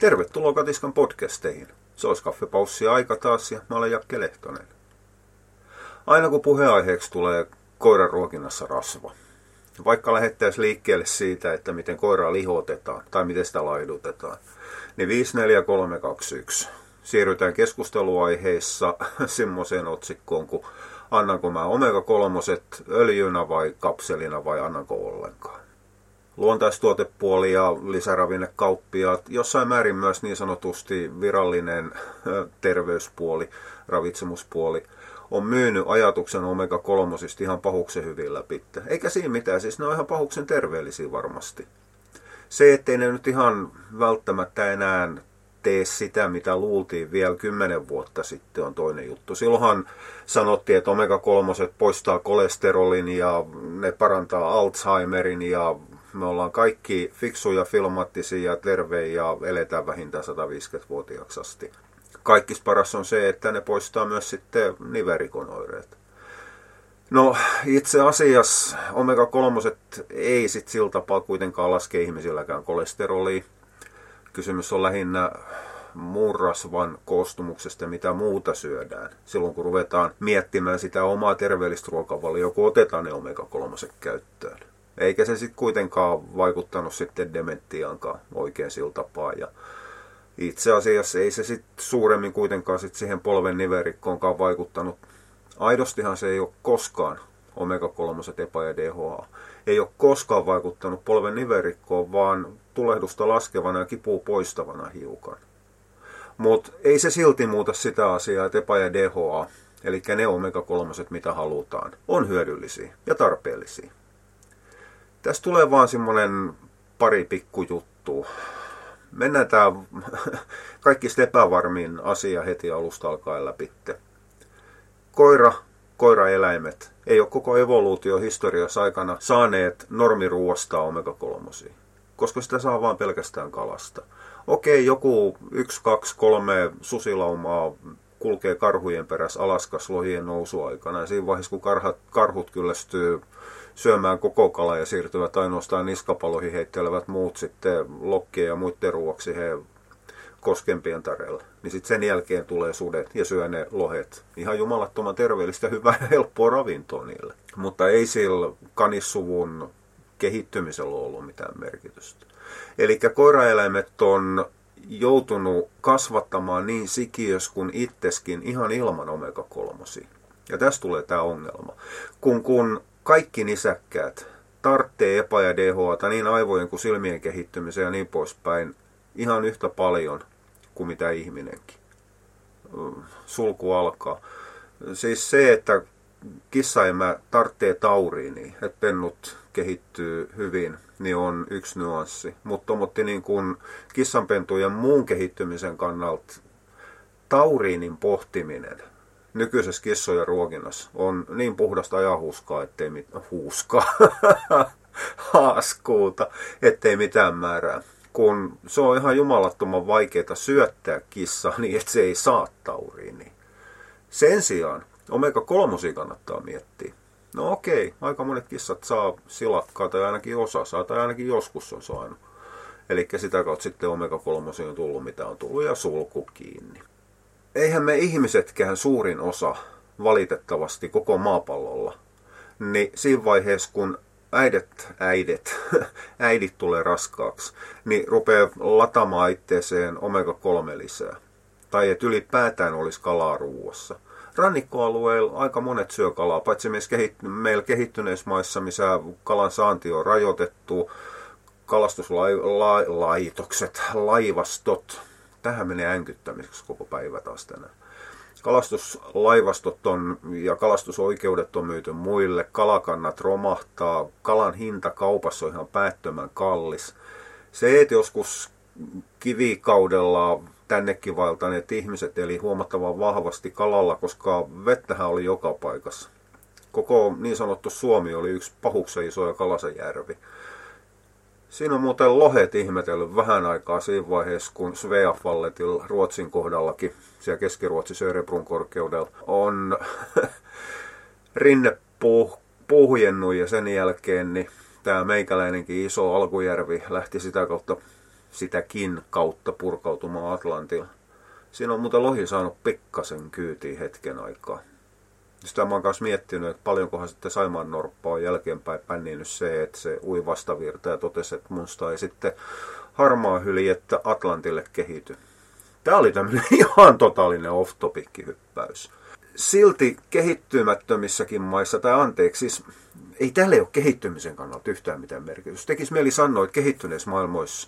Tervetuloa Katiskan podcasteihin. Se olisi kaffepaussi aika taas ja mä olen Jakke Lehtonen. Aina kun puheenaiheeksi tulee koiran ruokinnassa rasva, vaikka lähettäisiin liikkeelle siitä, että miten koiraa lihotetaan tai miten sitä laidutetaan, niin 5, 4, 3, 2, 1. Siirrytään keskusteluaiheissa semmoiseen otsikkoon kuin annanko mä omega-3 öljynä vai kapselina vai annanko ollenkaan. Luontaistuotepuoli ja lisäravinnekauppiaat, jossain määrin myös niin sanotusti virallinen terveyspuoli, ravitsemuspuoli, on myynyt ajatuksen omega-3 ihan pahuksen hyvin läpi. Eikä siinä mitään, siis ne on ihan pahuksen terveellisiä varmasti. Se, ettei ne nyt ihan välttämättä enää tee sitä, mitä luultiin vielä 10 vuotta sitten, on toinen juttu. Silloinhan sanottiin, että omega-3 poistaa kolesterolin ja ne parantaa Alzheimerin ja me ollaan kaikki fiksuja, filmaattisia ja terveitä ja eletään vähintään 150-vuotiaaksi asti. Kaikkis paras on se, että ne poistaa myös sitten niverikonoireet. No itse asiassa omega-3 ei sitten sillä tapaa kuitenkaan laske ihmisilläkään kolesterolia. Kysymys on lähinnä muun rasvan koostumuksesta, mitä muuta syödään. Silloin kun ruvetaan miettimään sitä omaa terveellistä ruokavalioa, kun otetaan ne omega-3 käyttöön. Eikä se sitten kuitenkaan vaikuttanut sitten dementiaankaan oikein sillä tapaa. Ja itse asiassa ei se sitten suuremmin kuitenkaan sit siihen polven niverikkoonkaan vaikuttanut. Aidostihan se ei ole koskaan, omega-3, EPA ja DHA, ei ole koskaan vaikuttanut polven niverikkoon, vaan tulehdusta laskevana ja kipua poistavana hiukan. Mutta ei se silti muuta sitä asiaa, että EPA ja DHA, eli ne omega-3, mitä halutaan, on hyödyllisiä ja tarpeellisia. Tässä tulee vaan semmoinen pari pikkujuttua. Mennään tämä kaikista epävarmin asia heti alusta alkaen läpi. Koiraeläimet ei ole koko evoluutiohistoriassa aikana saaneet normiruoasta omega-3, koska sitä saa vaan pelkästään kalasta. Okei, joku 1, 2, 3 susilaumaa kulkee karhujen perässä Alaskas lohien nousuaikana. Ja siinä vaiheessa, kun karhut kyllästyy syömään koko kala ja siirtyvät ainoastaan niskapaloihin, heittelevät muut sitten lokkien ja muiden ruoksi he koskempien tarella. Niin sitten sen jälkeen tulee sudet ja syö ne lohet. Ihan jumalattoman terveellistä, hyvää ja helppoa ravintoa niille. Mutta ei sillä kanissuvun kehittymisellä ollut mitään merkitystä. Eli koiraeläimet on joutunut kasvattamaan niin sikiös kuin itseskin ihan ilman omega-3. Ja tässä tulee tämä ongelma. Kun kaikki nisäkkäät tarvitsee EPA ja DHA:ta niin aivojen kuin silmien kehittymiseen ja niin poispäin ihan yhtä paljon kuin mitä ihminenkin. Sulku alkaa. Siis se, että kissaemä tarvitsee tauriinia, että pennut kehittyy hyvin, niin on yksi nyanssi. Mutta niin kuin kissanpentujen muun kehittymisen kannalta tauriinin pohtiminen nykyisessä kissojen ruokinnassa on niin puhdasta ajanhuskaa, ettei haaskuuta, ettei mitään määrää. Kun se on ihan jumalattoman vaikeaa syöttää kissaa niin, että se ei saa tauriinia. Sen sijaan omega-3 kannattaa miettiä. No okei, aika monet kissat saa silakkaa tai ainakin osa saa tai ainakin joskus on saanut. Eli sitä kautta sitten omega-3 on tullut mitä on tullut ja sulku kiinni. Eihän me ihmisetkään suurin osa valitettavasti koko maapallolla, niin siinä vaiheessa kun äidit tulee raskaaksi, niin rupeaa lataamaan itteeseen omega-3 lisää. Tai että ylipäätään olisi kalaa ruuassa. Rannikkoalueilla aika monet syö kalaa, paitsi meillä kehittyneissä maissa, missä kalan saanti on rajoitettu, kalastuslaitokset, laivastot, tähän menee änkyttämiseksi koko päivä taas tänään. Kalastuslaivastot ja kalastusoikeudet on myyty muille, kalakannat romahtaa, kalan hinta kaupassa on ihan päättömän kallis. Se, että joskus kivikaudella tännekin vaeltaneet ihmiset eli huomattavan vahvasti kalalla, koska vettähän oli joka paikassa. Koko niin sanottu Suomi oli yksi pahuksen iso ja kalasen järvi. Siinä on muuten lohet ihmetellyt vähän aikaa siinä vaiheessa, kun Sveafalletilla Ruotsin kohdallakin, siellä Keski-Ruotsin Örebrun korkeudella, on rinne puuhjennut ja sen jälkeen niin tämä meikäläinenkin iso alkujärvi lähti sitä kautta sitäkin kautta purkautumaan Atlantilla. Siinä on muuten lohi saanut pikkasen kyytiin hetken aikaa. Sitä mä oon kanssa miettinyt, että paljonkohan sitten Saimaan norppaa on jälkeenpäin pänninyt se, että se ui vastavirta ja totesi, että musta ei sitten harmaa hyli, että Atlantille kehity. Tää oli tämmöinen ihan totaalinen off-topic-hyppäys. Silti kehittymättömissäkin maissa, siis ei tälle ole kehittymisen kannalta yhtään mitään merkitystä. Tekisi mieli sanoa, että kehittyneissä maailmoissa,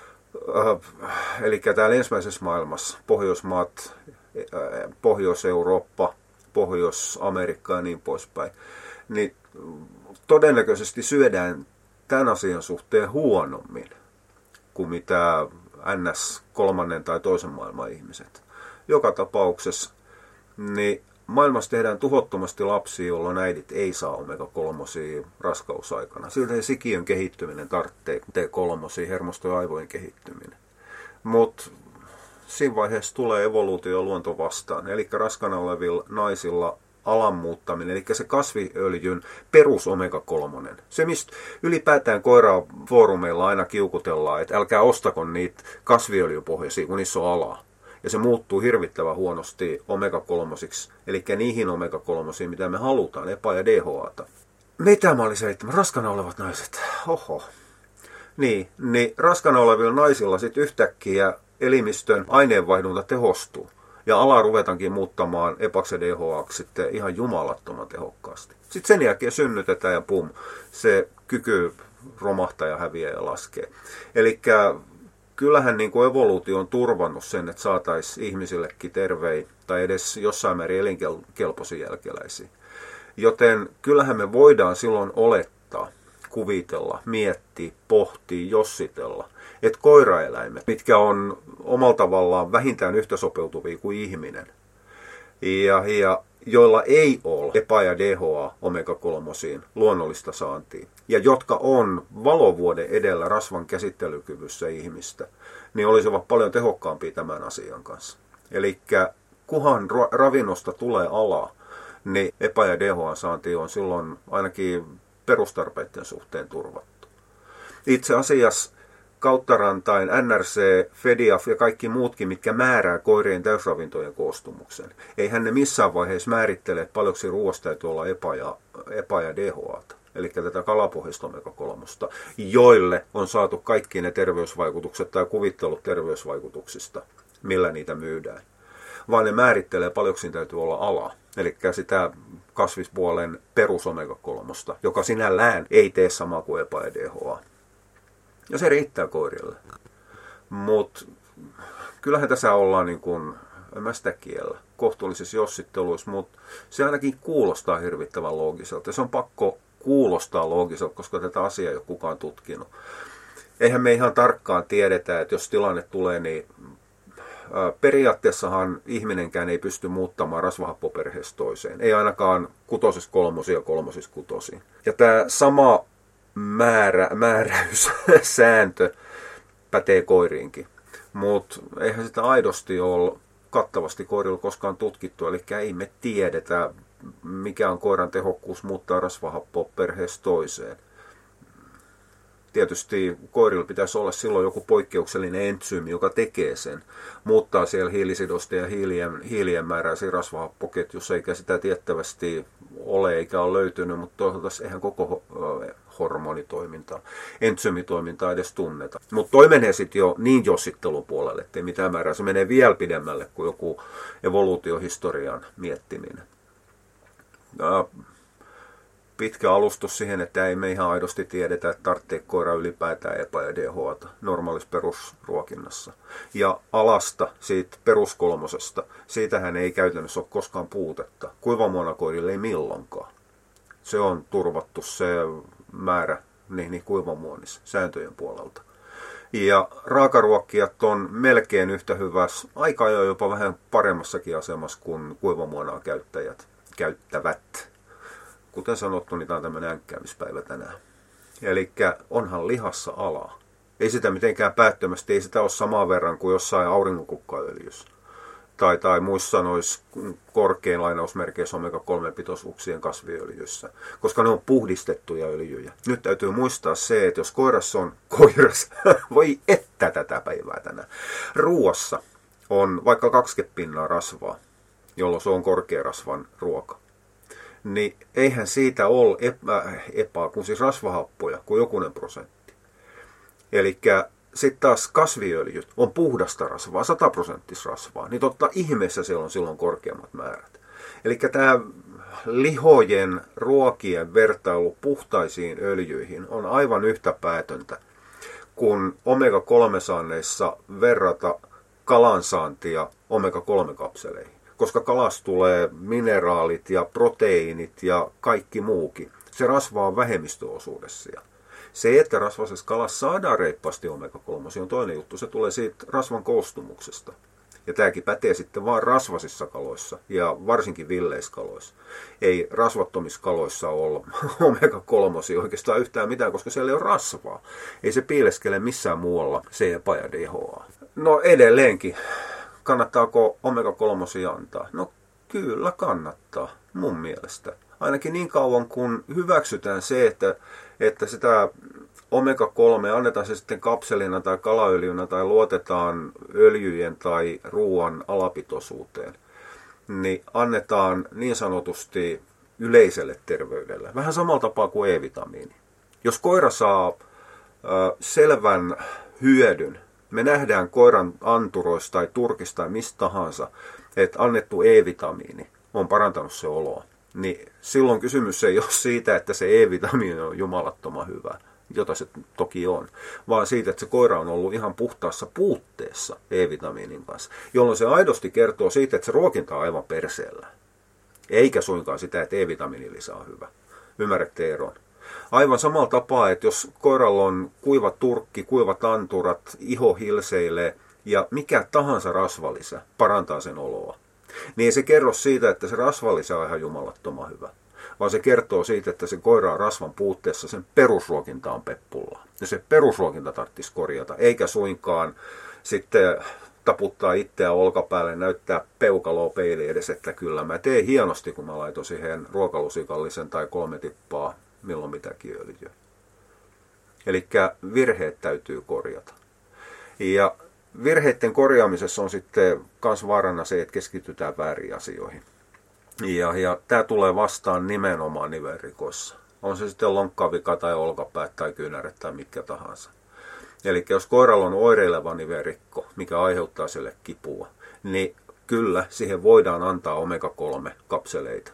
eli täällä ensimmäisessä maailmassa, Pohjoismaat, Pohjois-Eurooppa, Pohjois-Amerikka ja niin poispäin, niin todennäköisesti syödään tämän asian suhteen huonommin kuin mitä NS kolmannen tai toisen maailman ihmiset. Joka tapauksessa niin maailmassa tehdään tuhottomasti lapsia, jolloin äidit ei saa omega-3 raskausaikana. Siltä se sikiön kehittyminen tarvitsee T3, hermosto- ja aivojen kehittyminen. Mutta siinä vaiheessa tulee evoluutio luonto vastaan. Eli raskana olevilla naisilla alan muuttaminen, eli se kasviöljyn perus omega-3. Se, mistä ylipäätään koirafoorumeilla aina kiukutellaan, että älkää ostako niitä kasviöljypohjaisia, kun niissä on alaa. Ja se muuttuu hirvittävän huonosti omega-3, eli niihin omega-3, mitä me halutaan, EPA ja DHAta. Mitä mä olin 7? Raskana olevat naiset. Oho. Niin raskana olevilla naisilla sitten yhtäkkiä elimistön aineenvaihdunta tehostuu. Ja ala ruvetaankin muuttamaan EPAksi ja DHAksi sitten ihan jumalattoman tehokkaasti. Sitten sen jälkeen synnytetään ja pum, se kyky romahtaa ja häviää ja laskee. Elikkä kyllähän niin kuin evoluutio on turvannut sen, että saataisiin ihmisillekin terveitä tai edes jossain määrin elinkelpoisia jälkeläisiä. Joten kyllähän me voidaan silloin olettaa, kuvitella, miettiä, pohtia, jossitella, että koiraeläimet, mitkä on omalla tavallaan vähintään yhtä sopeutuvia kuin ihminen, ja joilla ei ole EPA ja DHA omega-3 luonnollista saantia, ja jotka on valovuoden edellä rasvan käsittelykyvyssä ihmistä, niin olisivat paljon tehokkaampia tämän asian kanssa. Eli kunhan ravinnosta tulee alaa, niin EPA ja DHA saanti on silloin ainakin perustarpeiden suhteen turvattu. Itse asiassa kauttarantain NRC, FEDIAF ja kaikki muutkin, mitkä määrää koirien täysravintojen koostumuksen. Eihän ne missään vaiheessa määrittele, että paljonko ruoasta täytyy olla EPA ja DHAta, eli tätä kalapohjaista omega-3, joille on saatu kaikki ne terveysvaikutukset tai kuvittelut terveysvaikutuksista, millä niitä myydään. Vaan ne määrittelee, paljonko siinä täytyy olla alaa, eli sitä kasvispuolen perus omega-3, joka sinällään ei tee samaa kuin EPA ja DHA. Ja se riittää koirille. Mutta kyllähän tässä ollaan niin kuin, en mä sitä kiellä, kohtuullisissa jossitteluissa, mutta se ainakin kuulostaa hirvittävän loogiselta. Ja se on pakko kuulostaa loogiselta, koska tätä asiaa ei ole kukaan tutkinut. Eihän me ihan tarkkaan tiedetä, että jos tilanne tulee, niin periaatteessahan ihminenkään ei pysty muuttamaan rasvahappoperheestä toiseen. Ei ainakaan 6, 3 ja 3, 6. Ja tämä sama määräyssääntö pätee koiriinkin. Mutta eihän sitä aidosti ole kattavasti koirilla koskaan tutkittu, eli ei me tiedetä, mikä on koiran tehokkuus muuttaa rasvahappoa perheestä toiseen. Tietysti koirilla pitäisi olla silloin joku poikkeuksellinen entsyymi, joka tekee sen. Muuttaa siellä hiilisidosta ja hiilien määrää siinä rasvahappoketjussa, eikä sitä tiettävästi ole eikä ole löytynyt, mutta toisaalta eihän koko hormonitoimintaa, entsyymitoimintaa edes tunneta. Mutta toi menee sitten jo niin jossittelun puolelle, ettei mitään määrää. Se menee vielä pidemmälle kuin joku evoluutiohistorian miettiminen. Pitkä alustus siihen, että ei me ihan aidosti tiedetä, että tarvitsee koira ylipäätään EPA ja DHAta normaalissa perusruokinnassa. Ja alasta, siitä peruskolmosesta, siitähän ei käytännössä ole koskaan puutetta. Kuivamuonakoirille ei milloinkaan. Se on turvattu se määrä niin kuivamuonissa sääntöjen puolelta. Ja raakaruokkijat on melkein yhtä hyvässä, aika ajoin jopa vähän paremmassakin asemassa kuin kuivamuonaa käyttävät. Kuten sanottu, niin tämä on tämmöinen änkkäämispäivä tänään. Eli onhan lihassa alaa. Ei sitä mitenkään päättömästi, ei sitä ole samaa verran kuin jossain auringonkukkaöljyssä. tai muissa sanoissa korkein lainausmerkeissä omega-3-pitoisuuksien kasviöljyissä, koska ne on puhdistettuja öljyjä. Nyt täytyy muistaa se, että jos voi että tätä päivää tänään, ruuassa on vaikka 20% rasvaa, jolloin se on korkearasvan ruoka, niin eihän siitä ole kun siis rasvahappoja, kuin jokunen prosentti. Eli sitten taas kasviöljyt on puhdasta rasvaa, 100% rasvaa, niin totta ihmeessä siellä on silloin korkeammat määrät. Eli tämä lihojen ruokien vertailu puhtaisiin öljyihin on aivan yhtä päätöntä kuin omega-3-saanneissa verrata kalansaantia omega-3-kapseleihin. Koska kalasta tulee mineraalit ja proteiinit ja kaikki muukin. Se rasva on vähemmistöosuudessa siellä. Se, että rasvaisessa kalassa saadaan reippaasti omega-3, on toinen juttu. Se tulee siitä rasvan koostumuksesta. Ja tämäkin pätee sitten vaan rasvaisissa kaloissa ja varsinkin villeiskaloissa. Ei rasvattomissa kaloissa ole omega-3 oikeastaan yhtään mitään, koska siellä ei ole rasvaa. Ei se piileskele missään muualla C-EPA ja DHA. No edelleenkin, kannattaako omega-3 antaa? No kyllä kannattaa, mun mielestä. Ainakin niin kauan kun hyväksytään se, että sitä omega-3 annetaan se sitten kapselina tai kalaöljynä tai luotetaan öljyjen tai ruoan alapitoisuuteen, niin annetaan niin sanotusti yleiselle terveydelle. Vähän samalla tapaa kuin E-vitamiini. Jos koira saa selvän hyödyn, me nähdään koiran anturoista tai turkista tai mistä tahansa, että annettu E-vitamiini on parantanut se oloa. Niin silloin kysymys ei ole siitä, että se E-vitamiini on jumalattoman hyvä, jota se toki on, vaan siitä, että se koira on ollut ihan puhtaassa puutteessa E-vitamiinin kanssa, jolloin se aidosti kertoo siitä, että se ruokinta on aivan perseellä. Eikä suinkaan sitä, että E-vitamiinilisä on hyvä. Ymmärrätte eron? Aivan samalla tapaa, että jos koiralla on kuiva turkki, kuivat anturat, iho hilseilee ja mikä tahansa rasvalisä parantaa sen oloa, niin ei se kerro siitä, että se rasvalisä on ihan jumalattoman hyvä, vaan se kertoo siitä, että se koira on rasvan puutteessa, sen perusruokinta on peppulla. Ja se perusruokinta tarvitsisi korjata, eikä suinkaan sitten taputtaa itseä olkapäälle, näyttää peukaloa peili edes, että kyllä mä teen hienosti, kun mä laitoin siihen ruokalusikallisen tai 3 tippaa milloin mitäkin öljyä. Eli virheet täytyy korjata. Ja virheiden korjaamisessa on sitten myös vaarana se, että keskitytään väärin asioihin. Ja tämä tulee vastaan nimenomaan nivelrikoissa. On se sitten lonkkavika tai olkapäät tai kyynäret tai mitkä tahansa. Eli jos koiralla on oireileva nivelrikko, mikä aiheuttaa sille kipua, niin kyllä siihen voidaan antaa omega-3-kapseleita.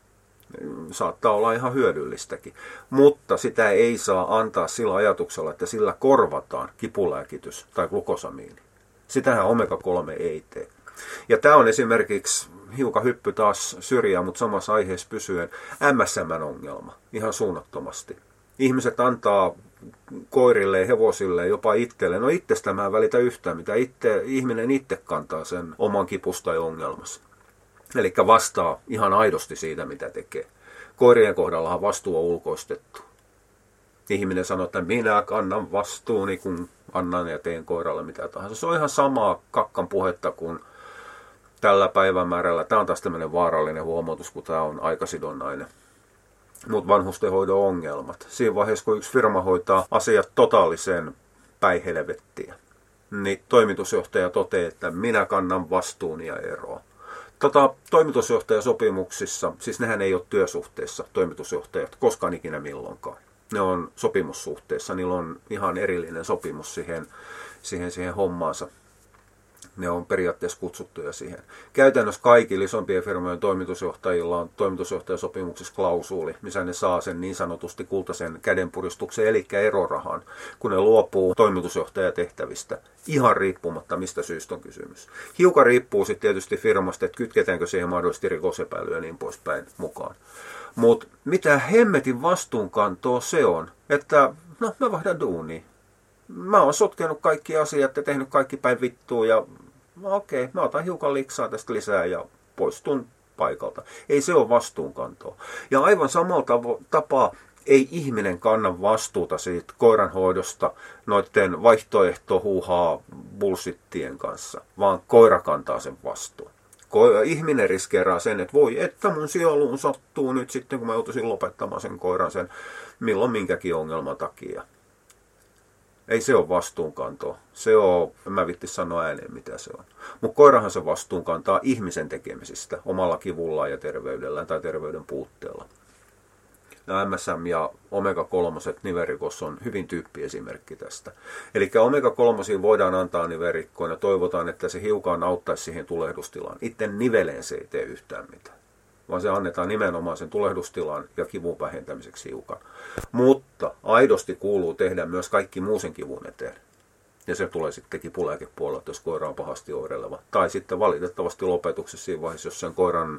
Saattaa olla ihan hyödyllistäkin, mutta sitä ei saa antaa sillä ajatuksella, että sillä korvataan kipulääkitys tai glukosamiini. Sitähän omega-3 ei tee. Ja tämä on esimerkiksi hiukan hyppy taas syrjään, mutta samassa aiheessa pysyen MSM-ongelma ihan suunnattomasti. Ihmiset antaa koirille ja hevosille, jopa itselle. No itsestä mä en välitä yhtään, mitä ihminen itse kantaa sen oman kipusta ja ongelmassa. Eli vastaa ihan aidosti siitä, mitä tekee. Koirien kohdallahan vastuu on ulkoistettu. Ihminen sanoo, että minä kannan vastuuni, kun annan ja teen koiralle mitä tahansa. Se on ihan samaa kakkan puhetta kuin tällä päivämäärällä. Tämä on taas tämmöinen vaarallinen huomautus, kun tämä on aikasidonnainen. Mutta vanhustenhoidon ongelmat. Siinä vaiheessa, kun yksi firma hoitaa asiat totaalisen päihelvettiä, niin toimitusjohtaja toteaa, että minä kannan vastuuni ja eroa. Toimitusjohtajasopimuksissa, siis nehän ei ole työsuhteessa, toimitusjohtajat, koskaan ikinä milloinkaan. Ne on sopimussuhteessa, niillä on ihan erillinen sopimus siihen hommaansa. Ne on periaatteessa kutsuttuja siihen. Käytännössä kaikilla isompien firmojen toimitusjohtajilla on toimitusjohtajasopimuksessa klausuuli, missä ne saa sen niin sanotusti kultaisen kädenpuristuksen, eli erorahan, kun ne luopuu toimitusjohtajatehtävistä, ihan riippumatta mistä syystä on kysymys. Hiukan riippuu sitten tietysti firmasta, että kytketäänkö siihen mahdollisesti rikosepäilyä ja niin poispäin mukaan. Mutta mitä hemmetin vastuunkantoa se on, että no mä vaihdan duunia. Mä oon sotkenut kaikki asiat ja tehnyt kaikki päin vittua ja okei, mä otan hiukan liksaa tästä lisää ja poistun paikalta. Ei se ole vastuunkantoa. Ja aivan samalla tapaa ei ihminen kanna vastuuta siitä koiranhoidosta noiden vaihtoehtohuuhaa bullshittien kanssa, vaan koira kantaa sen vastuun. Ihminen riskeeraa sen, että voi, että mun sieluun sattuu nyt sitten, kun mä joutuisin lopettamaan sen koiran sen milloin minkäkin ongelman takia. Ei se ole vastuunkantoa. Se on, mä vittis sanoa ääneen mitä se on. Mutta koirahan se vastuun kantaa ihmisen tekemisistä omalla kivullaan ja terveydellään tai terveyden puutteella. Ja MSM ja omega-3 nivelrikos on hyvin tyyppiesimerkki tästä. Eli omega-3 voidaan antaa nivelrikkoon ja toivotaan, että se hiukan auttaisi siihen tulehdustilaan. Itse niveleen se ei tee yhtään mitään, vaan se annetaan nimenomaan sen tulehdustilan ja kivun vähentämiseksi hiukan. Mutta aidosti kuuluu tehdä myös kaikki muu sen kivun eteen. Ja se tulee sitten kipulääkepuolella, jos koira on pahasti oireileva. Tai sitten valitettavasti lopetuksessa siinä vaiheessa, jos sen koiran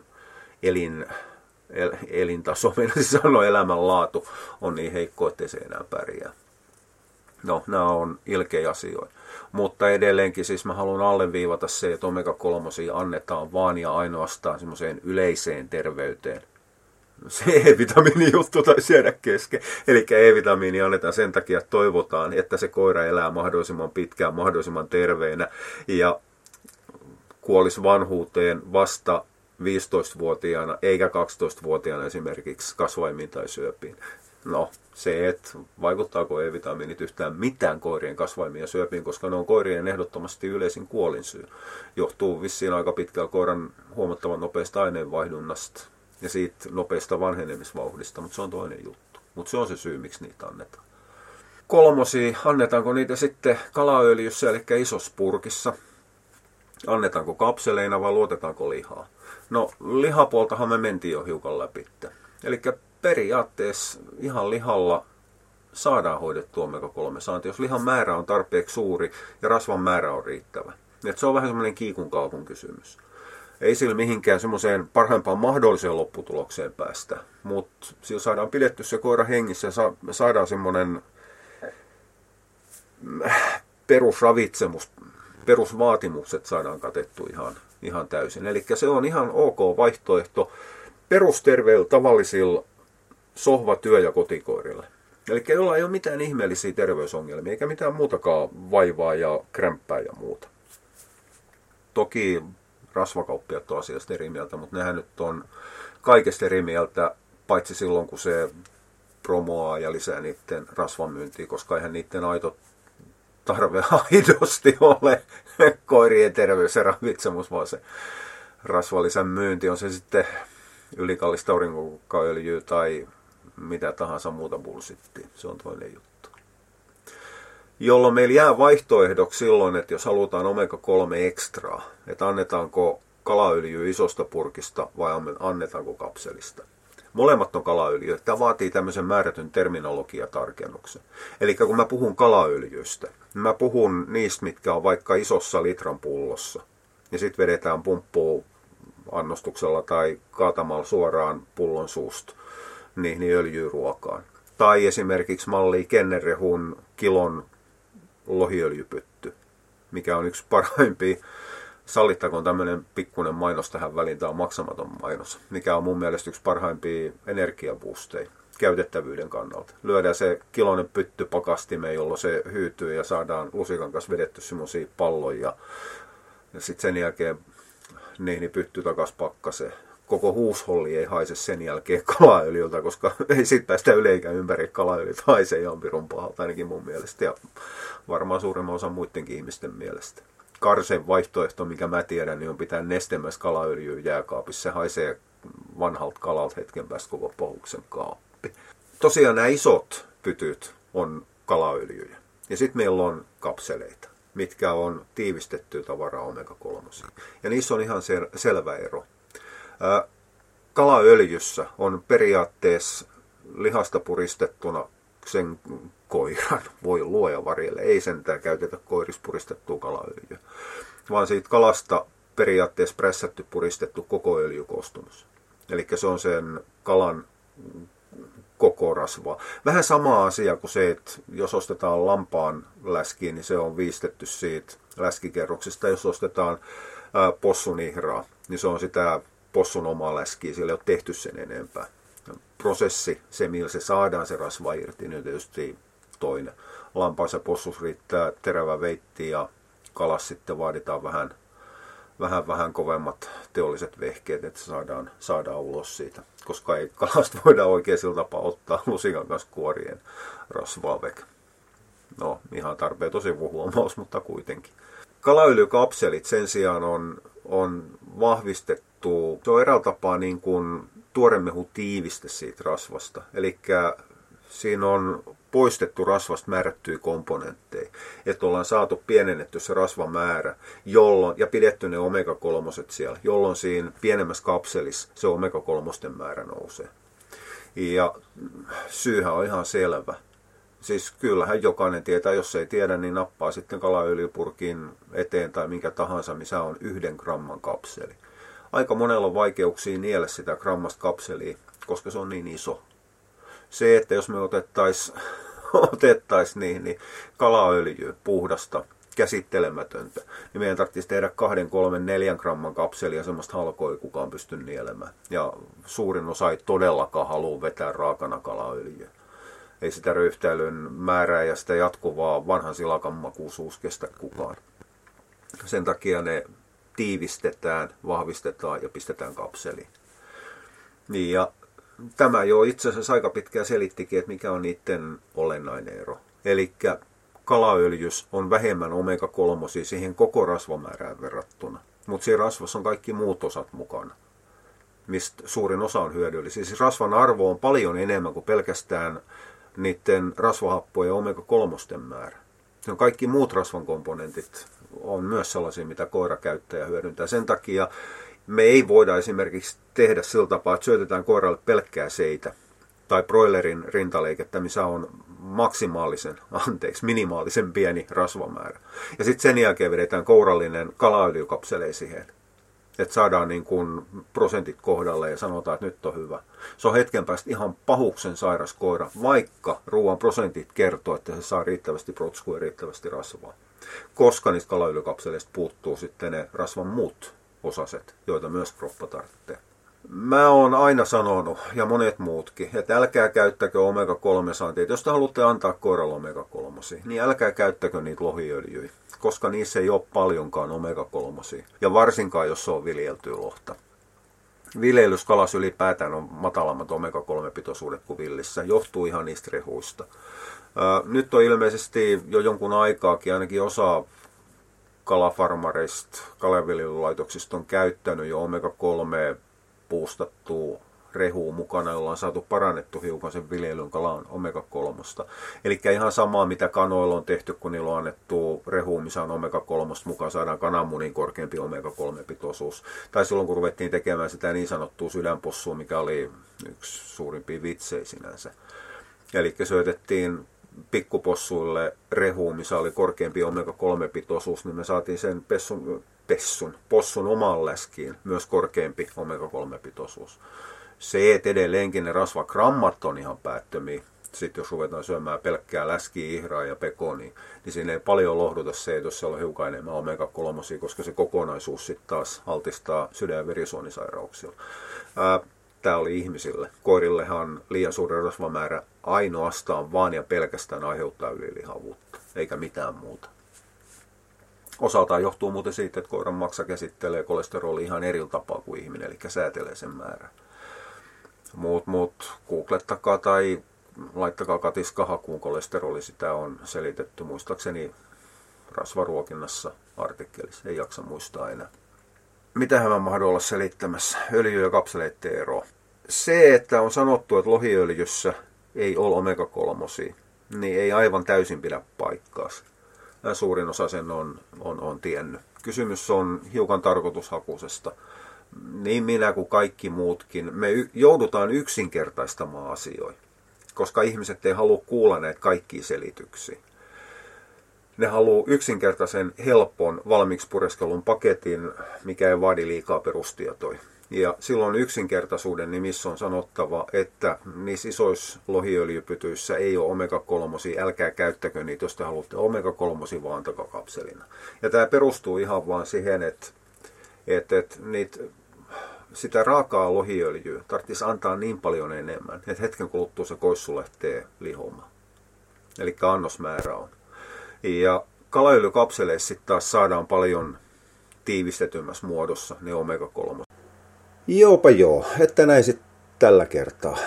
elintaso, siis sanoo elämänlaatu, on niin heikko, ettei se enää pärjää. No, nämä on ilkeä asioita. Mutta edelleenkin siis mä haluan alleviivata se, että omega-3 annetaan vaan ja ainoastaan semmoiseen yleiseen terveyteen. Se E-vitamiini juttu taisi jäädä kesken. Eli E-vitamiini annetaan sen takia, että toivotaan, että se koira elää mahdollisimman pitkään, mahdollisimman terveenä ja kuolisi vanhuuteen vasta 15-vuotiaana eikä 12-vuotiaana esimerkiksi kasvaimiin tai syöpiin. No, se, että vaikuttaako E-vitamiinit yhtään mitään koirien kasvaimiin ja syöpiin, koska ne on koirien ehdottomasti yleisin kuolinsyy. Johtuu vissiin aika pitkään koiran huomattavan nopeasta aineenvaihdunnasta ja siitä nopeasta vanhenemisvauhdista, mutta se on toinen juttu. Mutta se on se syy, miksi niitä annetaan. Kolmosia, annetaanko niitä sitten kalaöljyssä, eli isossa purkissa? Annetaanko kapseleina vai luotetaanko lihaa? No, lihapuoltahan me mentiin jo hiukan läpi. Eli periaatteessa ihan lihalla saadaan hoidettua omega-3 saanti, jos lihan määrä on tarpeeksi suuri ja rasvan määrä on riittävä. Et se on vähän semmoinen kiikun kaakun kysymys. Ei sillä mihinkään semmoiseen parhaimpaan mahdolliseen lopputulokseen päästä, mutta sillä saadaan pidetty se koira hengissä ja saadaan semmoinen perusvaatimukset saadaan katettu ihan täysin. Eli se on ihan ok vaihtoehto perusterveillä tavallisilla sohva-, työ- ja kotikoirille. Eli jolla ei ole mitään ihmeellisiä terveysongelmia, eikä mitään muutakaan vaivaa ja krämppää ja muuta. Toki rasvakauppiat on asiasta eri mieltä, mutta nehän nyt on kaikesta eri mieltä, paitsi silloin kun se promoaa ja lisää niiden rasvan myyntiä, koska eihän niiden aito tarve aidosti ole koirien terveys ja ravitsemus, vaan se rasvalisän myynti on se sitten ylikallista aurinkokukkakaöljyä tai mitä tahansa muuta bullshittia. Se on toinen juttu. Jolloin meillä jää vaihtoehdoksi silloin, että jos halutaan omega-3 ekstraa, että annetaanko kalaöljyä isosta purkista vai annetaanko kapselista. Molemmat on kalaöljyä. Tämä vaatii tämmöisen määrätyn terminologiatarkennuksen. Eli kun mä puhun kalaöljystä, niin mä puhun niistä, mitkä on vaikka isossa litran pullossa. Ja sitten vedetään pumppuun annostuksella tai kaatamalla suoraan pullon suusta niihin öljyruokaan. Tai esimerkiksi malli Kennerehun kilon lohiöljypytty, mikä on yksi parhaimpia. Sallittakoon tämmöinen pikkuinen mainos tähän väliin, tämä on maksamaton mainos, mikä on mun mielestä yksi parhaimpia energiaboosteja käytettävyyden kannalta. Lyödään se kiloinen pytty pakastimeen, jolloin se hyytyy ja saadaan lusikan kanssa vedetty semmoisia palloja. Ja sitten sen jälkeen niin pytty takas pakkaseen. Koko huusholli ei haise sen jälkeen kalaöljyltä, koska ei siitä päästä yleikään ympäri kalaöljyltä haisee ihan pirun pahalta, ainakin mun mielestä ja varmaan suurimman osan muidenkin ihmisten mielestä. Karsen vaihtoehto, mikä mä tiedän, niin on pitää nestemässä kalaöljyä jääkaapissa. Se haisee vanhalta kalalta hetken päästä koko pohuksen kaappi. Tosiaan nämä isot pytyt on kalaöljyjä. Ja sitten meillä on kapseleita, mitkä on tiivistettyä tavaraa omega-3. Ja niissä on ihan selvä ero. Kalaöljyssä on periaatteessa lihasta puristettuna sen koiran, voi luoja varjelle, ei sentään käytetä koirissa puristettua kalaöljyä, vaan siitä kalasta periaatteessa prässätty puristettu koko öljykoostumus. Eli se on sen kalan koko rasvaa. Vähän sama asia kuin se, että jos ostetaan lampaan läskiä, niin se on viistetty siitä läskikerroksesta. Jos ostetaan possunihraa, niin se on sitä possun omaa läskiä, sillä ei ole tehty sen enempää. Prosessi, se millä se saadaan se rasva irti, niin tietysti toinen. Lampaassa possus riittää terävä veitti ja kalas sitten vaaditaan vähän vähän kovemmat teolliset vehkeet, että saadaan ulos siitä. Koska ei kalasta voida oikein sillä tapaa ottaa lusikan kanssa kuorien rasvaa vek. No, ihan tarpeeton sivuhuomaus, mutta kuitenkin. Kalaöljykapselit sen sijaan on vahvistettu, se on eräällä tapaa niin kuin tuoremehu tiiviste siitä rasvasta. Eli siinä on poistettu rasvasta määrättyjä komponentteja, että ollaan saatu pienennetty se rasvamäärä ja pidetty ne omega-3 siellä, jolloin siinä pienemmässä kapselissa se omega-3 määrä nousee. Ja syyhän on ihan selvä. Siis kyllähän jokainen tietää, jos ei tiedä, niin nappaa sitten kalaöljypurkin eteen tai minkä tahansa, missä on 1 gramman kapseli. Aika monella on vaikeuksia niellä sitä grammasta kapselia, koska se on niin iso. Se, että jos me otettaisiin niin kalaöljyä, puhdasta, käsittelemätöntä, niin meidän tarvitsisi tehdä 2, 3, 4 gramman kapselia, semmoista halkoa ei kukaan pysty nielemään. Ja suurin osa ei todellakaan halua vetää raakana kalaöljyä. Ei sitä röyhtäilyn määrää ja sitä jatkuvaa vanhan silakan makuisuus kestä kukaan. Sen takia ne tiivistetään, vahvistetaan ja pistetään kapseliin. Niin ja tämä jo itse asiassa aika pitkään selittikin, että mikä on niiden olennainen ero. Eli kalaöljys on vähemmän omega-3 siihen koko rasvamäärään verrattuna. Mutta siinä rasvassa on kaikki muut osat mukana, mistä suurin osa on hyödyllisiä. Siis rasvan arvo on paljon enemmän kuin pelkästään niiden rasvahappojen omega-3 määrä. No kaikki muut rasvan komponentit on myös sellaisia, mitä koira käyttää ja hyödyntää. Sen takia me ei voida esimerkiksi tehdä sillä tapaa, että syötetään koiralle pelkkää seitä tai broilerin rintaleikettä, missä on minimaalisen pieni rasvamäärä. Ja sitten sen jälkeen vedetään kourallinen kalaöljykapsele siihen. Että saadaan niin kuin prosentit kohdalle ja sanotaan, että nyt on hyvä. Se on hetken päästä ihan pahuksen sairas koira, vaikka ruoan prosentit kertoo, että se saa riittävästi protskua ja riittävästi rasvaa. Koska niistä kalaöljykapseleista puuttuu sitten ne rasvan muut osaset, joita myös kroppa tarvitsee. Mä oon aina sanonut, ja monet muutkin, että älkää käyttäkö omega-3-santeita. Jos te haluatte antaa koiralle omega-3, niin älkää käyttäkö niitä lohiöljyjä, koska niissä ei ole paljonkaan omega-3. Ja varsinkaan, jos se on viljeltyä lohta. Viljelyskalas ylipäätään on matalammat omega-3-pitoisuudet kuin villissä. Johtuu ihan niistä rehuista. Nyt on ilmeisesti jo jonkun aikaakin ainakin osa kalafarmareista, kalaviljelylaitoksista on käyttänyt jo omega-3 puustattua rehua mukana, jolla on saatu parannettu hiukan sen viljelyn kalan omega-3. Eli ihan samaa, mitä kanoilla on tehty, kun niillä on annettu rehua, missä on omega-3 mukaan, saadaan kananmunin korkeampi omega-3-pitoisuus. Tai silloin, kun ruvettiin tekemään sitä niin sanottua sydänpossua, mikä oli yksi suurimpia vitsejä sinänsä. Eli syötettiin pikkupossuille rehua, missä oli korkeampi omega-3-pitoisuus, niin me saatiin sen possun omaan läskiin myös korkeampi omega-3-pitoisuus. Se, että edelleenkin ne rasvagrammat on ihan päättömiä. Sitten jos ruvetaan syömään pelkkää läskiä, ihraa ja pekonia, niin siinä ei paljon lohduta se, että jos siellä on hiukan enemmän omega-3, koska se kokonaisuus sitten taas altistaa sydän- ja verisuonisairauksilla. Tämä oli ihmisille. Koirillehan liian suuri rasvamäärä ainoastaan vaan ja pelkästään aiheuttaa ylilihavuutta, eikä mitään muuta. Osaltaan johtuu muuten siitä, että koiran maksa käsittelee kolesteroli ihan eri tapaa kuin ihminen, eli säätelee sen määrän. Muut googlettakaa tai laittakaa katiska hakuun kolesteroli, sitä on selitetty muistaakseni rasvaruokinnassa artikkelissa, ei jaksa muistaa enää. Mitähän mä mahdun olla selittämässä? Öljy- ja kapseleiden ero. Se, että on sanottu, että lohiöljyssä ei ole omega-3, niin ei aivan täysin pidä paikkaansa. Suurin osa sen on tiennyt. Kysymys on hiukan tarkoitushakuisesta. Niin minä kuin kaikki muutkin. Me joudutaan yksinkertaistamaan asioita, koska ihmiset ei halua kuulla näitä kaikkia selityksiä. Ne haluaa yksinkertaisen, helpon, valmiiksi pureskelun paketin, mikä ei vaadi liikaa perustietoja. Ja silloin yksinkertaisuuden nimissä on sanottava, että niissä isoissa lohiöljypytyissä ei ole omega-3, älkää käyttäkö niitä, jos te haluatte omega-3, vaan antakaa kapselina. Ja tämä perustuu ihan vaan siihen, että sitä raakaa lohiöljyä tarvitsisi antaa niin paljon enemmän, että hetken kuluttua se koissu lähtee lihomaan. Eli annosmäärä on. Ja kalaöljykapseleissa sitten taas saadaan paljon tiivistetymmässä muodossa, niin omega-3. Joopa joo, että näin sitten tällä kertaa.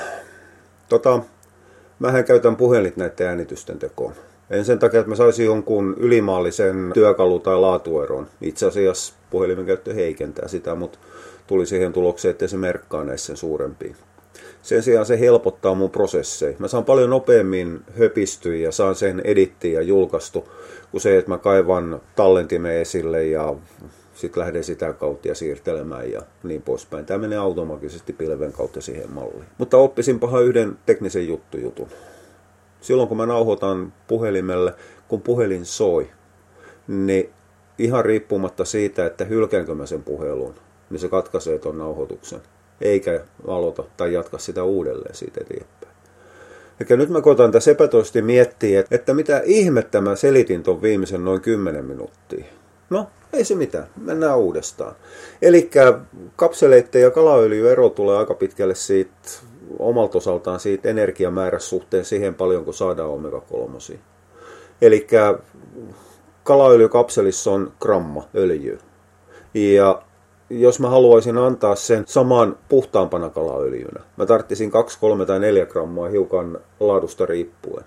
Mähän käytän puhelit näiden äänitysten tekoon. En sen takia, että mä saisin jonkun ylimaallisen työkalu- tai laatueron. Itse asiassa puhelimen käyttö heikentää sitä, mutta tuli siihen tulokseen, että se merkkaa näissä sen suurempiin. Sen sijaan se helpottaa mun prosesseja. Mä saan paljon nopeammin höpistyä ja saan sen edittiä ja julkaistu, kuin se, että mä kaivan tallentimen esille ja sitten lähden sitä kautta ja siirtelemään ja niin poispäin. Tämä menee automaattisesti pilven kautta siihen malliin. Mutta oppisinpahan yhden teknisen jutun. Silloin kun mä nauhoitan puhelimelle, kun puhelin soi, niin ihan riippumatta siitä, että hylkäänkö mä sen puhelun, niin se katkaisee ton nauhoituksen. Eikä aloita tai jatka sitä uudelleen siitä eteenpäin. Eli nyt mä koitan tässä epätoisesti miettiä, että mitä ihmettä mä selitin ton viimeisen noin 10 minuuttia. No, ei se mitään. Mennään uudestaan. Eli kapseleiden ja kalaöljyero tulee aika pitkälle siitä omalta osaltaan siitä energiamäärässä suhteen siihen paljon, kun saadaan omega-3. Eli kalaöljykapselissa on gramma öljyä. Ja jos mä haluaisin antaa sen saman puhtaampana kalaöljynä, mä tarvitsin 2, 3 tai 4 grammaa hiukan laadusta riippuen.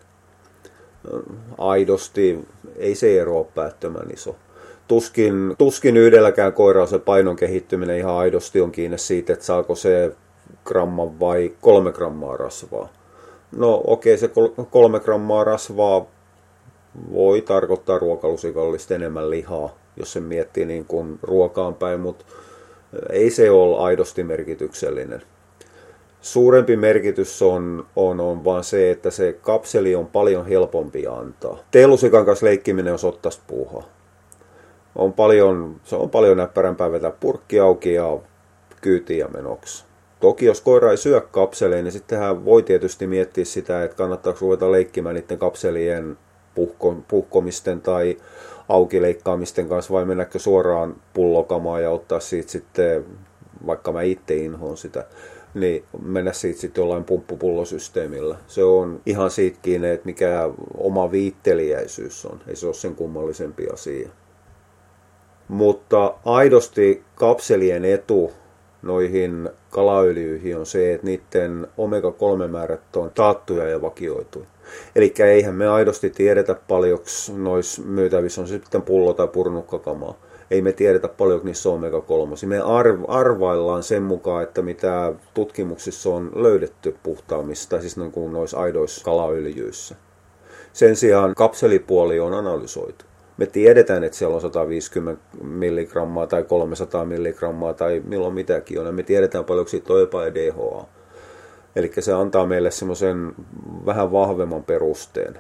Aidosti ei se ero ole päättömän iso. Tuskin yhdelläkään koiralla se painon kehittyminen ihan aidosti on kiinni siitä, että saako se gramman vai 3 grammaa rasvaa. No okei, se 3 grammaa rasvaa voi tarkoittaa ruokalusikallista enemmän lihaa, jos se miettii niin kuin ruokaan päin, mutta ei se ole aidosti merkityksellinen. Suurempi merkitys on vaan se, että se kapseli on paljon helpompi antaa. Teelusikan kanssa leikkiminen on sottaista puuhaa. Se on paljon näppärämpää vetää purkki auki ja kyytiin ja menoksi. Toki jos koira ei syö kapseleja, niin sittenhän voi tietysti miettiä sitä, että kannattaako ruveta leikkimään niiden kapselien puhkomisten tai aukileikkaamisten kanssa vai mennäkö suoraan pullokamaan ja ottaa siitä sitten, vaikka mä itse inhoon sitä, niin mennä siitä sitten jollain pumppupullosysteemillä. Se on ihan siitä kiinni, että mikä oma viitteliäisyys on. Ei se ole sen kummallisempi asia. Mutta aidosti kapselien etu noihin kalaöljyihin on se, että niiden omega-3-määrät on taattuja ja vakioituja. Eli eihän me aidosti tiedetä paljonko noissa myytävissä on sitten pullo- tai purnukkakamaa. Ei me tiedetä paljonko niissä on omega-3. Me arvaillaan sen mukaan, että mitä tutkimuksissa on löydetty puhtaammista, siis niin kuin noissa aidoissa kalaöljyissä. Sen sijaan kapselipuoli on analysoitu. Me tiedetään, että siellä on 150 milligrammaa tai 300 milligrammaa tai milloin mitäkin on. Ja me tiedetään paljonko siitä on EPA ja DHA. Eli se antaa meille semmoisen vähän vahvemman perusteen.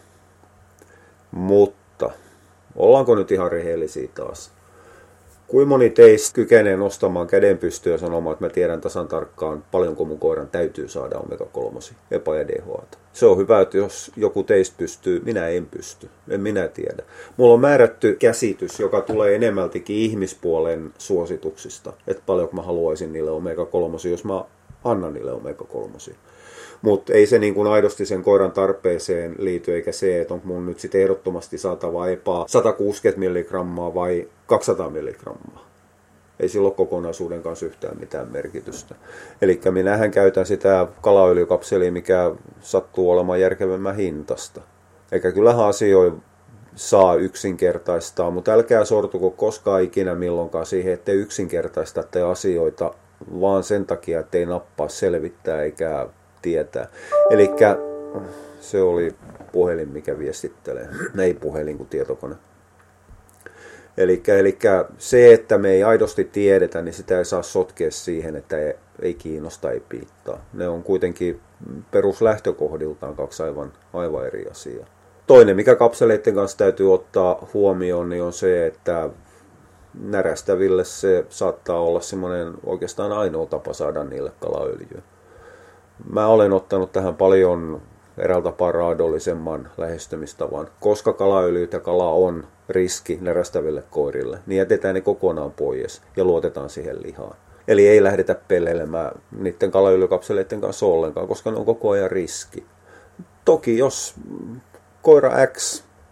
Mutta ollaanko nyt ihan rehellisiä taas? Kuinka moni teistä kykenee nostamaan käden pystyyn ja sanomaan, että mä tiedän tasan tarkkaan paljonko mun koiran täytyy saada omega-3, EPA ja DHA. Se on hyvä, että jos joku teistä pystyy, minä en pysty. En minä tiedä. Mulla on määrätty käsitys, joka tulee enemmältikin ihmispuolen suosituksista, että paljonko mä haluaisin niille omega-3, jos mä annan niille omega-3. Mutta ei se niin kuin aidosti sen koiran tarpeeseen liity, eikä se, että onko mun nyt sitten ehdottomasti saatava EPA 160 milligrammaa vai 200 milligrammaa. Ei sillä ole kokonaisuuden kanssa yhtään mitään merkitystä. Eli minähän käytän sitä kalaöljykapselia, mikä sattuu olemaan järkevämmän hintasta. Eikä kyllähän asioita saa yksinkertaistaa, mutta älkää sortuko koskaan ikinä milloinkaan siihen, ettei yksinkertaistatte asioita vaan sen takia, ettei nappaa selvittää eikä tietää. Eli se oli puhelin, mikä viestittelee. Ei puhelin kuin tietokone. Eli se, että me ei aidosti tiedetä, niin sitä ei saa sotkea siihen, että ei kiinnosta, ei piittaa. Ne on kuitenkin peruslähtökohdiltaan kaksi aivan eri asiaa. Toinen, mikä kapseleiden kanssa täytyy ottaa huomioon, niin on se, että närästäville se saattaa olla semmoinen oikeastaan ainoa tapa saada niille kalaöljyä. Mä olen ottanut tähän paljon eräältä paraadollisemman lähestymistavan. Koska kalaöljyt ja kala on riski närästäville koirille, niin jätetään ne kokonaan pois ja luotetaan siihen lihaan. Eli ei lähdetä peleilemään niiden kalaöljykapseleiden kanssa ollenkaan, koska ne on koko ajan riski. Toki jos koira X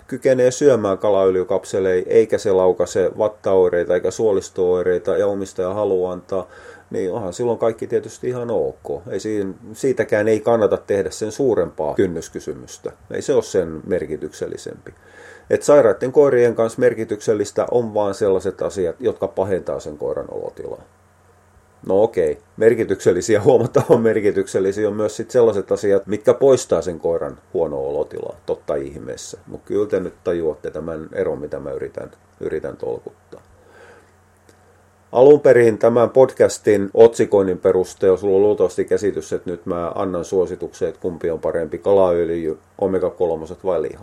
kykenee syömään kalaöljykapseleita, eikä se laukaise vattaoireita eikä suolisto-oireita ja omistaja haluaa antaa, niin onhan silloin kaikki tietysti ihan ok. Siitäkään ei kannata tehdä sen suurempaa kynnyskysymystä. Ei se ole sen merkityksellisempi. Et sairaiden koirien kanssa merkityksellistä on vaan sellaiset asiat, jotka pahentaa sen koiran olotilaa. No okei, merkityksellisiä, huomattavan merkityksellisiä on myös sit sellaiset asiat, mitkä poistaa sen koiran huonoa olotilaa, totta ihmeessä. Mutta kyllä te nyt tajuatte tämän eron, mitä mä yritän tolkuttaa. Alun perin tämän podcastin otsikoinnin perusteella sulla on luultavasti käsitys, että nyt mä annan suosituksen, että kumpi on parempi, kalaöljy, omega-3 vai liha.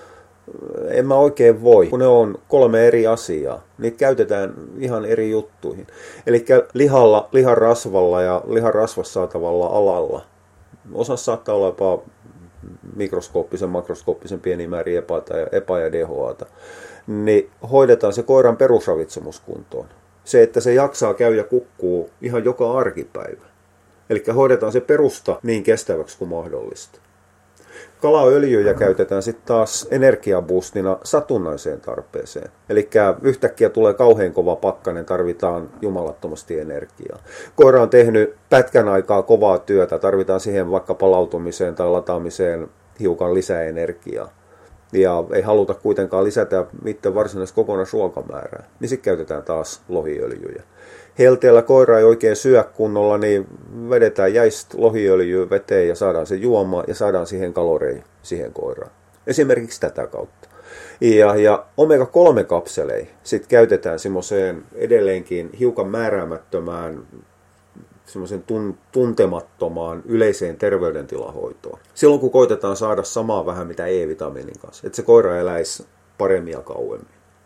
En mä oikein voi, kun ne on 3 eri asiaa. Niitä käytetään ihan eri juttuihin. Eli lihan rasvalla ja lihan rasvassa saatavalla alalla. Osassa saattaa olla jopa mikroskooppisen, makroskooppisen pieni määrä EPA ja DHAta. Niin hoidetaan se koiran perusravitsemus kuntoon. Se, että se jaksaa käydä ja kukkuu ihan joka arkipäivä. Eli hoidetaan se perusta niin kestäväksi kuin mahdollista. Kalaöljyjä käytetään sitten taas energiaboostina satunnaiseen tarpeeseen. Eli yhtäkkiä tulee kauhean kova pakkanen, tarvitaan jumalattomasti energiaa. Koira on tehnyt pätkän aikaa kovaa työtä, tarvitaan siihen vaikka palautumiseen tai lataamiseen hiukan lisää energiaa. Ja ei haluta kuitenkaan lisätä mitään varsinaista kokonaisruokamäärää, niin sitten käytetään taas lohiöljyjä. Helteellä koira ei oikein syö kunnolla, niin vedetään jäistä lohiöljyä veteen ja se juoma ja saadaan siihen kaloreja siihen koiraan. Esimerkiksi tätä kautta. Ja omega-3-kapseleja sitten käytetään semmoiseen edelleenkin hiukan määräämättömään, semmoisen tuntemattomaan yleiseen terveydentilahoitoon. Silloin kun koitetaan saada samaa vähän mitä E-vitamiinin kanssa, että se koira eläisi paremmin ja kauemmin.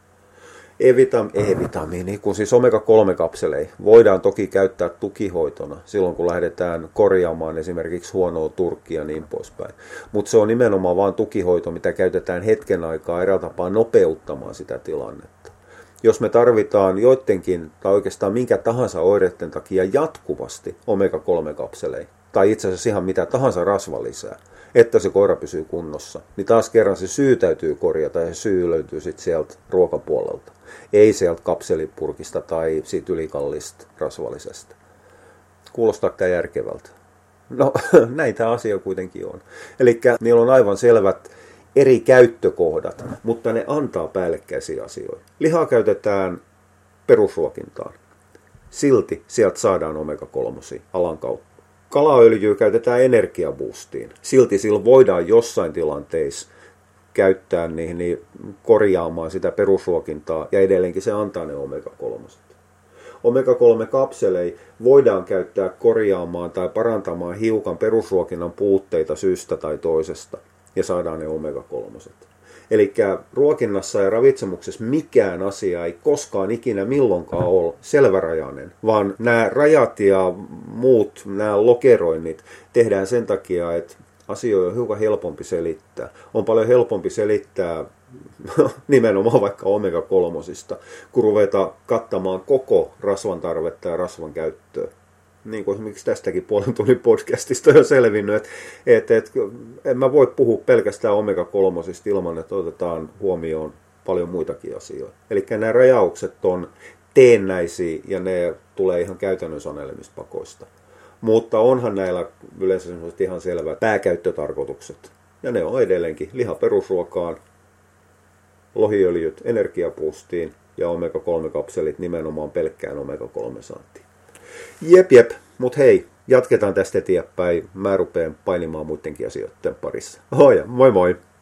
E-vitamiini, kun siis omega-3-kapseleja, voidaan toki käyttää tukihoitona silloin, kun lähdetään korjaamaan esimerkiksi huonoa turkkia ja niin poispäin. Mutta se on nimenomaan vain tukihoito, mitä käytetään hetken aikaa eräällä tapaa nopeuttamaan sitä tilannetta. Jos me tarvitaan joidenkin tai oikeastaan minkä tahansa oireiden takia jatkuvasti omega-3-kapseleja, tai itse asiassa ihan mitä tahansa rasvalisää, että se koira pysyy kunnossa, niin taas kerran se syy täytyy korjata ja se syy löytyy sitten sieltä ruokapuolelta. Ei sieltä kapselipurkista tai siitä ylikallista rasvallisesta. Kuulostaa tämä järkevältä? No, näin tämä asia kuitenkin on. Eli niillä on aivan selvät eri käyttökohdat, mutta ne antaa päällekkäisiä asioita. Lihaa käytetään perusruokintaan. Silti sieltä saadaan omega-3 alan kautta. Kalaöljyä käytetään energiaboostiin. Silti sillä voidaan jossain tilanteissa käyttää niihin korjaamaan sitä perusruokintaa ja edelleenkin se antaa ne omega-3. Omega-3-kapseleja voidaan käyttää korjaamaan tai parantamaan hiukan perusruokinnan puutteita syystä tai toisesta ja saadaan ne omega-3. Eli ruokinnassa ja ravitsemuksessa mikään asia ei koskaan ikinä milloinkaan ole selvärajainen, vaan nämä rajat ja muut, nämä lokeroinnit tehdään sen takia, että asioita on hiukan helpompi selittää. On paljon helpompi selittää nimenomaan vaikka omega-3, kun ruveta kattamaan koko rasvan tarvetta ja rasvan käyttöä. Niin kuin esimerkiksi tästäkin puolen tunnin podcastista on jo selvinnyt, että en mä voi puhua pelkästään omega-3 ilman, että otetaan huomioon paljon muitakin asioita. Eli nämä rajaukset on teennäisiä ja ne tulee ihan käytännön sanelemista Mutta onhan näillä yleensä ihan selvät pääkäyttötarkoitukset. Ja ne on edelleenkin liha perusruokaan, lohiöljyt energiapuustiin ja omega-3-kapselit nimenomaan pelkkään omega-3 saantiin. Jep, mut hei, jatketaan tästä eteenpäin. Mä rupeen painimaan muidenkin asioiden parissa. Moi moi!